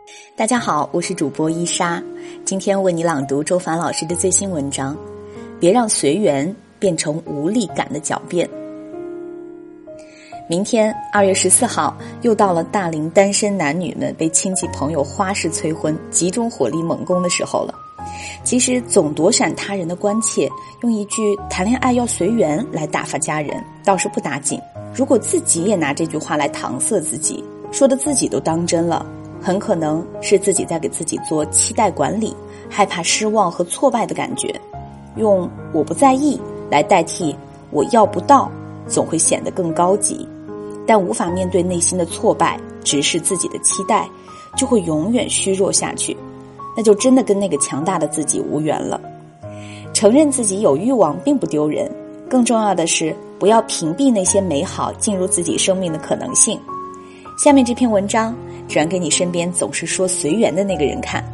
大家好，我是主播伊莎，今天为你朗读周凡老师的最新文章，别让随缘变成无力感的狡辩。明天2月14号又到了大龄单身男女们被亲戚朋友花式催婚，集中火力猛攻的时候了。其实总躲闪他人的关切，用一句谈恋爱要随缘来打发家人倒是不打紧，如果自己也拿这句话来搪塞自己，说的自己都当真了，很可能是自己在给自己做期待管理，害怕失望和挫败的感觉。用我不在意来代替我要不到，总会显得更高级，但无法面对内心的挫败，直视自己的期待，就会永远虚弱下去，那就真的跟那个强大的自己无缘了。承认自己有欲望并不丢人，更重要的是不要屏蔽那些美好进入自己生命的可能性。下面这篇文章转给你身边总是说随缘的那个人看。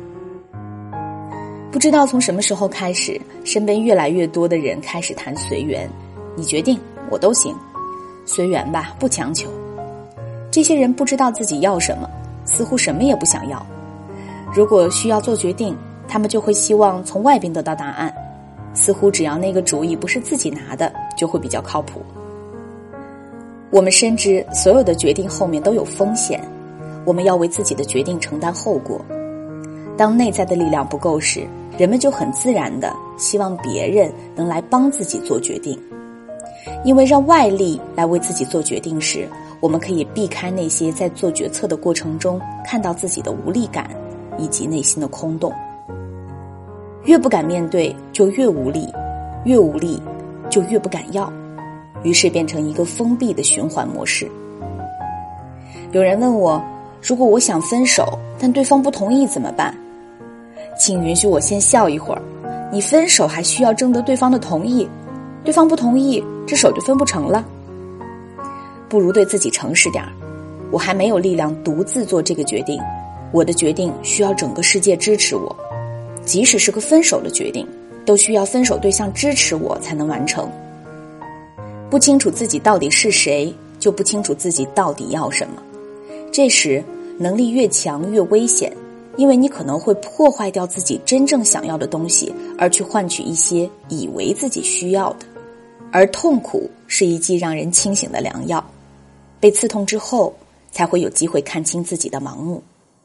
不知道从什么时候开始，身边越来越多的人开始谈随缘，你决定我都行，随缘吧，不强求。这些人不知道自己要什么，似乎什么也不想要。如果需要做决定，他们就会希望从外边得到答案，似乎只要那个主意不是自己拿的，就会比较靠谱。我们深知所有的决定后面都有风险，我们要为自己的决定承担后果。当内在的力量不够时，人们就很自然地希望别人能来帮自己做决定。因为让外力来为自己做决定时，我们可以避开那些在做决策的过程中看到自己的无力感以及内心的空洞。越不敢面对就越无力，越无力就越不敢要，于是变成一个封闭的循环模式。有人问我，如果我想分手，但对方不同意怎么办？请允许我先笑一会儿，你分手还需要征得对方的同意，对方不同意，这手就分不成了。不如对自己诚实点，我还没有力量独自做这个决定，我的决定需要整个世界支持我，即使是个分手的决定，都需要分手对象支持我才能完成。不清楚自己到底是谁，就不清楚自己到底要什么。这时能力越强越危险，因为你可能会破坏掉自己真正想要的东西，而去换取一些以为自己需要的。而痛苦是一剂让人清醒的良药，被刺痛之后才会有机会看清自己的盲目。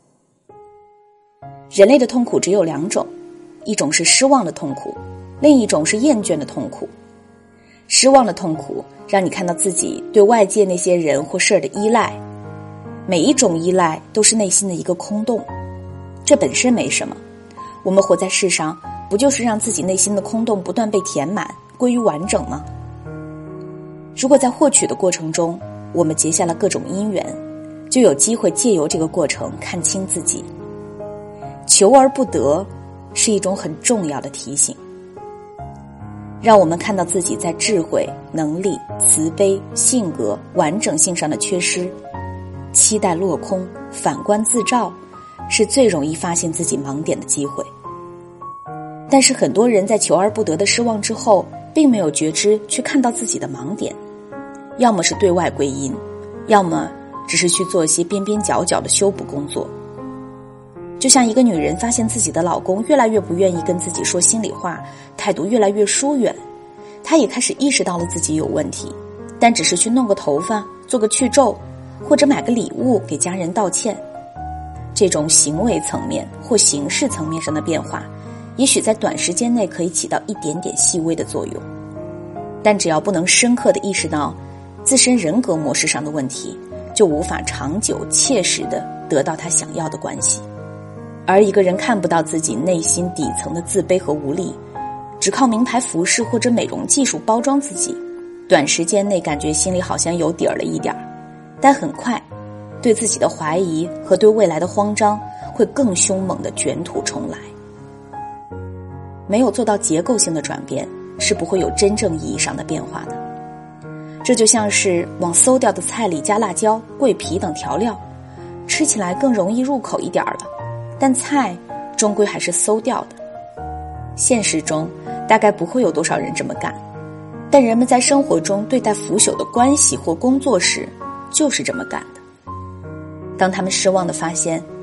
人类的痛苦只有2种，一种是失望的痛苦，另一种是厌倦的痛苦。失望的痛苦让你看到自己对外界那些人或事儿的依赖，每一种依赖都是内心的一个空洞，这本身没什么，我们活在世上不就是让自己内心的空洞不断被填满，归于完整吗？如果在获取的过程中我们结下了各种因缘，就有机会借由这个过程看清自己。求而不得是一种很重要的提醒，让我们看到自己在智慧、能力、慈悲、性格、完整性上的缺失。期待落空，反观自照，是最容易发现自己盲点的机会。但是很多人在求而不得的失望之后，并没有觉知去看到自己的盲点，要么是对外归因，要么只是去做一些边边角角的修补工作。就像一个女人发现自己的老公越来越不愿意跟自己说心里话，态度越来越疏远，她也开始意识到了自己有问题，但只是去弄个头发，做个去皱，或者买个礼物给家人道歉。这种行为层面或形式层面上的变化，也许在短时间内可以起到一点点细微的作用，但只要不能深刻地意识到自身人格模式上的问题，就无法长久切实地得到他想要的关系。而一个人看不到自己内心底层的自卑和无力，只靠名牌服饰或者美容技术包装自己，短时间内感觉心里好像有底儿了一点，但很快对自己的怀疑和对未来的慌张会更凶猛地卷土重来。没有做到结构性的转变，是不会有真正意义上的变化的。这就像是往馊掉的菜里加辣椒、桂皮等调料，吃起来更容易入口一点了，但菜终归还是馊掉的。现实中大概不会有多少人这么干，但人们在生活中对待腐朽的关系或工作时就是这么干的。当他们失望地发现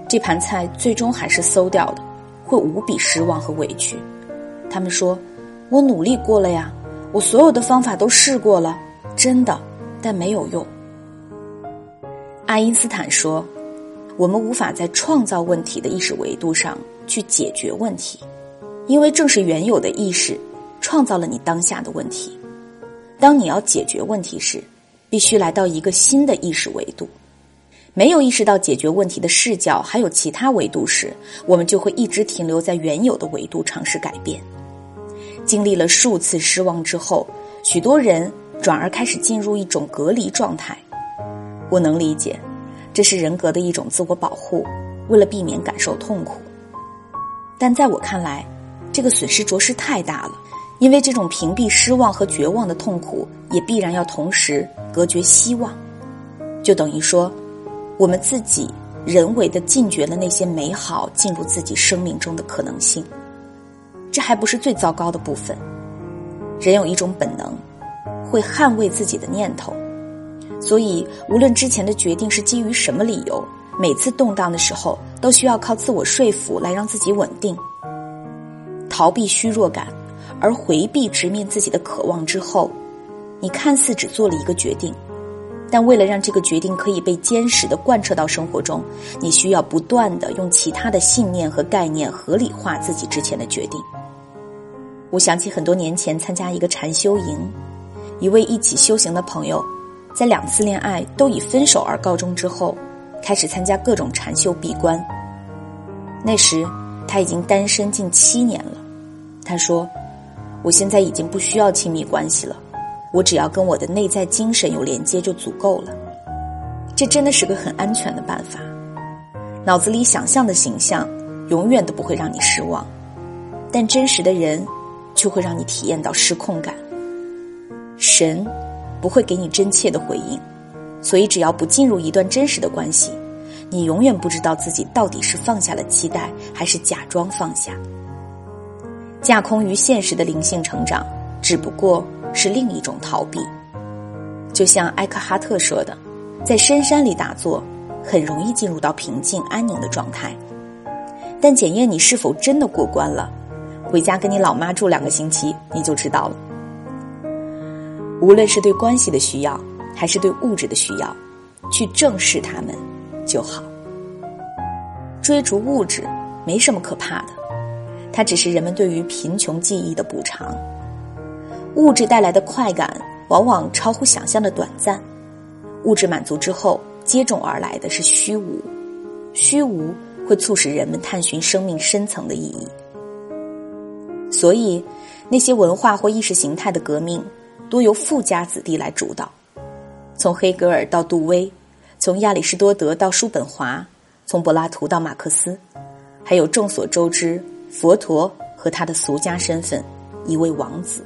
这盘菜最终还是馊掉的，会无比失望和委屈。他们说，我努力过了呀，我所有的方法都试过了，真的，但没有用。爱因斯坦说，我们无法在创造问题的意识维度上去解决问题，因为正是原有的意识创造了你当下的问题。当你要解决问题时，必须来到一个新的意识维度。没有意识到解决问题的视角还有其他维度时，我们就会一直停留在原有的维度尝试改变。经历了数次失望之后，许多人转而开始进入一种隔离状态。我能理解，这是人格的一种自我保护，为了避免感受痛苦。但在我看来，这个损失着实太大了，因为这种屏蔽失望和绝望的痛苦，也必然要同时隔绝希望。就等于说，我们自己人为地禁绝了那些美好进入自己生命中的可能性。这还不是最糟糕的部分。人有一种本能，会捍卫自己的念头，所以无论之前的决定是基于什么理由，每次动荡的时候都需要靠自我说服来让自己稳定。逃避虚弱感而回避直面自己的渴望之后，你看似只做了一个决定，但为了让这个决定可以被坚实地贯彻到生活中，你需要不断地用其他的信念和概念合理化自己之前的决定。我想起很多年前参加一个禅修营，一位一起修行的朋友，在2次恋爱都以分手而告终之后，开始参加各种禅修闭关。那时他已经单身近7年了。他说，我现在已经不需要亲密关系了，我只要跟我的内在精神有连接就足够了。这真的是个很安全的办法。脑子里想象的形象永远都不会让你失望，但真实的人就会让你体验到失控感。神不会给你真切的回应，所以只要不进入一段真实的关系，你永远不知道自己到底是放下了期待，还是假装放下。架空于现实的灵性成长，只不过是另一种逃避。就像埃克哈特说的，在深山里打坐，很容易进入到平静安宁的状态，但检验你是否真的过关了，回家跟你老妈住2个星期，你就知道了。无论是对关系的需要，还是对物质的需要，去正视它们就好。追逐物质没什么可怕的，它只是人们对于贫穷记忆的补偿。物质带来的快感往往超乎想象的短暂，物质满足之后，接踵而来的是虚无。虚无会促使人们探寻生命深层的意义。所以，那些文化或意识形态的革命，多由富家子弟来主导。从黑格尔到杜威，从亚里士多德到叔本华，从柏拉图到马克思，还有众所周知佛陀和他的俗家身份，一位王子。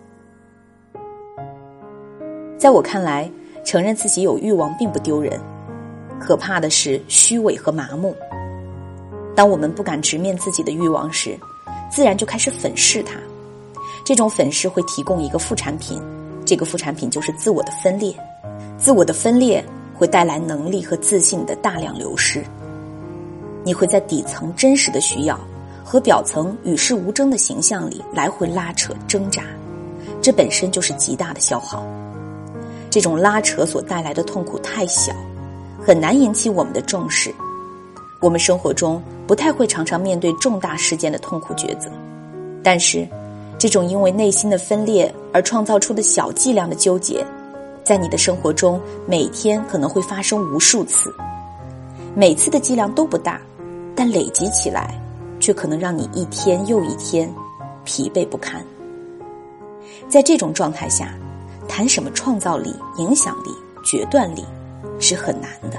在我看来，承认自己有欲望并不丢人，可怕的是虚伪和麻木。当我们不敢直面自己的欲望时，自然就开始粉饰它。这种粉饰会提供一个副产品，这个副产品就是自我的分裂。自我的分裂会带来能力和自信的大量流失。你会在底层真实的需要和表层与世无争的形象里来回拉扯挣扎，这本身就是极大的消耗。这种拉扯所带来的痛苦太小，很难引起我们的重视。我们生活中不太会常常面对重大事件的痛苦抉择，但是这种因为内心的分裂而创造出的小剂量的纠结，在你的生活中每天可能会发生无数次。每次的剂量都不大，但累积起来却可能让你一天又一天疲惫不堪。在这种状态下，谈什么创造力、影响力、决断力是很难的。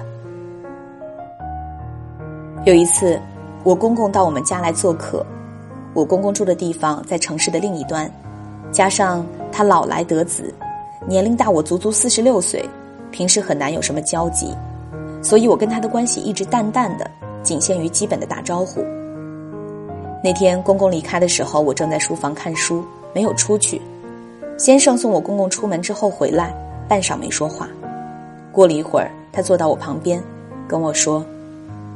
有一次，我公公到我们家来做客，我公公住的地方在城市的另一端，加上他老来得子，年龄大我足足46岁，平时很难有什么交集，所以我跟他的关系一直淡淡的，仅限于基本的打招呼。那天公公离开的时候，我正在书房看书，没有出去。先生送我公公出门之后回来，半晌没说话。过了一会儿，他坐到我旁边，跟我说：“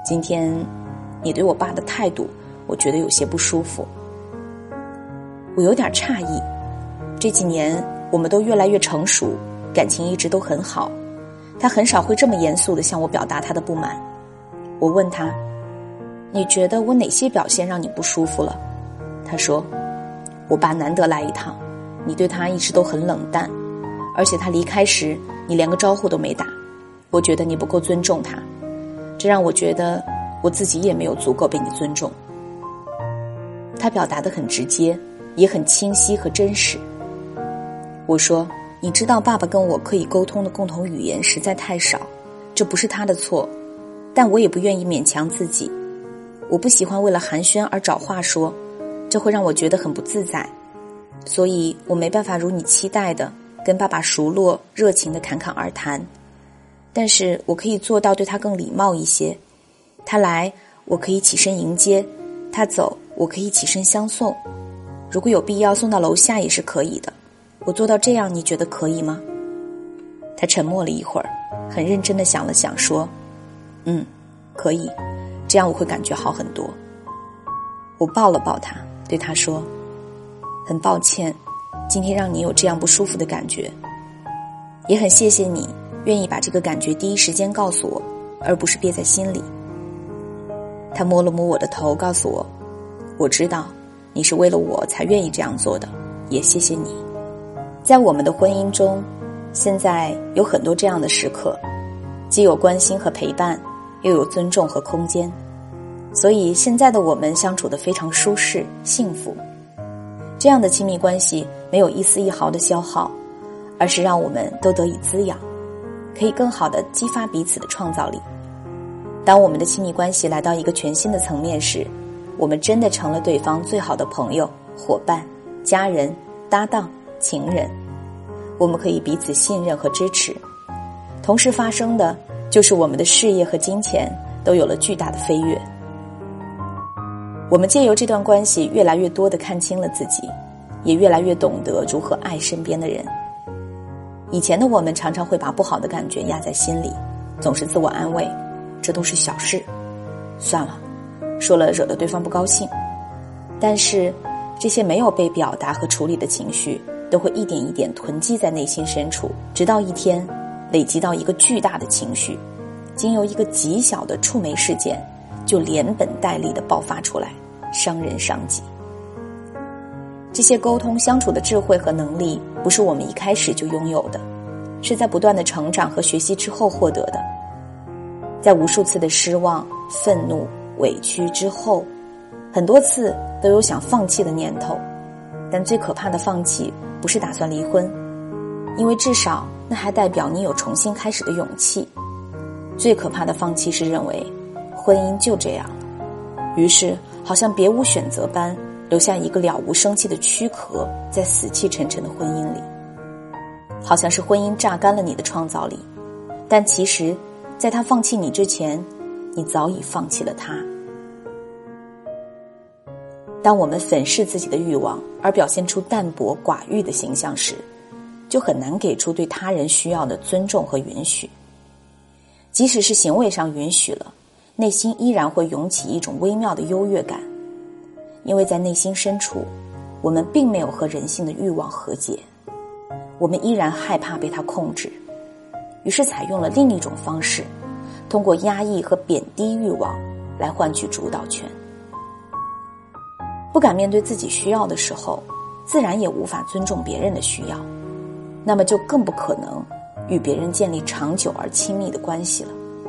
今天你对我爸的态度，我觉得有些不舒服。我有点诧异，这几年我们都越来越成熟，感情一直都很好，他很少会这么严肃地向我表达他的不满。我问他，你觉得我哪些表现让你不舒服了？他说，我爸难得来一趟，你对他一直都很冷淡，而且他离开时你连个招呼都没打，我觉得你不够尊重他，这让我觉得我自己也没有足够被你尊重。他表达得很直接，也很清晰和真实。我说，你知道爸爸跟我可以沟通的共同语言实在太少，这不是他的错，但我也不愿意勉强自己。我不喜欢为了寒暄而找话说，这会让我觉得很不自在，所以我没办法如你期待的跟爸爸熟络热情的侃侃而谈。但是我可以做到对他更礼貌一些，他来我可以起身迎接，他走我可以起身相送，如果有必要送到楼下也是可以的。我做到这样你觉得可以吗？他沉默了一会儿，很认真地想了想说，可以，这样我会感觉好很多。我抱了抱他，对他说，很抱歉今天让你有这样不舒服的感觉，也很谢谢你愿意把这个感觉第一时间告诉我，而不是憋在心里。他摸了摸我的头，告诉我，我知道你是为了我才愿意这样做的，也谢谢你。在我们的婚姻中，现在有很多这样的时刻，既有关心和陪伴，又有尊重和空间，所以现在的我们相处得非常舒适幸福。这样的亲密关系没有一丝一毫的消耗，而是让我们都得以滋养，可以更好地激发彼此的创造力。当我们的亲密关系来到一个全新的层面时，我们真的成了对方最好的朋友、伙伴、家人、搭档、情人。我们可以彼此信任和支持，同时发生的就是我们的事业和金钱都有了巨大的飞跃。我们借由这段关系越来越多地看清了自己，也越来越懂得如何爱身边的人。以前的我们常常会把不好的感觉压在心里，总是自我安慰，这都是小事，算了，说了惹得对方不高兴。但是这些没有被表达和处理的情绪都会一点一点囤积在内心深处，直到一天累积到一个巨大的情绪，经由一个极小的触媒事件就连本带利地爆发出来，伤人伤己。这些沟通相处的智慧和能力不是我们一开始就拥有的，是在不断的成长和学习之后获得的。在无数次的失望、愤怒、委屈之后，很多次都有想放弃的念头，但最可怕的放弃不是打算离婚，因为至少那还代表你有重新开始的勇气。最可怕的放弃是认为婚姻就这样了，于是好像别无选择般留下一个了无生气的躯壳在死气沉沉的婚姻里，好像是婚姻榨干了你的创造力，但其实在他放弃你之前，你早已放弃了他。当我们粉饰自己的欲望而表现出淡泊寡欲的形象时，就很难给出对他人需要的尊重和允许。即使是行为上允许了，内心依然会涌起一种微妙的优越感，因为在内心深处，我们并没有和人性的欲望和解，我们依然害怕被它控制，于是采用了另一种方式，通过压抑和贬低欲望来换取主导权。不敢面对自己需要的时候，自然也无法尊重别人的需要，那么就更不可能与别人建立长久而亲密的关系了。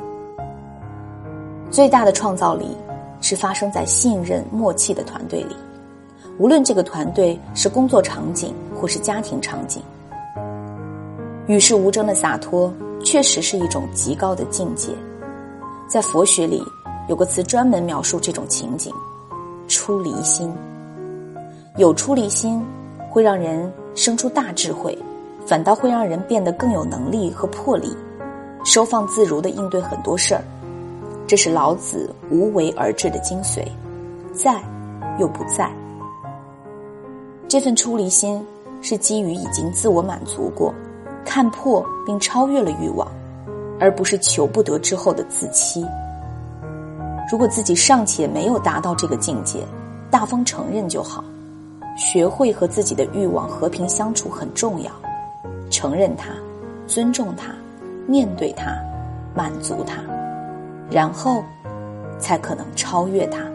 最大的创造力是发生在信任默契的团队里，无论这个团队是工作场景或是家庭场景。与世无争的洒脱确实是一种极高的境界，在佛学里有个词专门描述这种情景，出离心。有出离心会让人生出大智慧，反倒会让人变得更有能力和魄力，收放自如地应对很多事儿。这是老子无为而治的精髓，在又不在。这份出离心是基于已经自我满足过，看破并超越了欲望，而不是求不得之后的自欺。 如果自己尚且没有达到这个境界，大方承认就好。学会和自己的欲望和平相处很重要，承认它，尊重它，面对它，满足它，然后才可能超越它。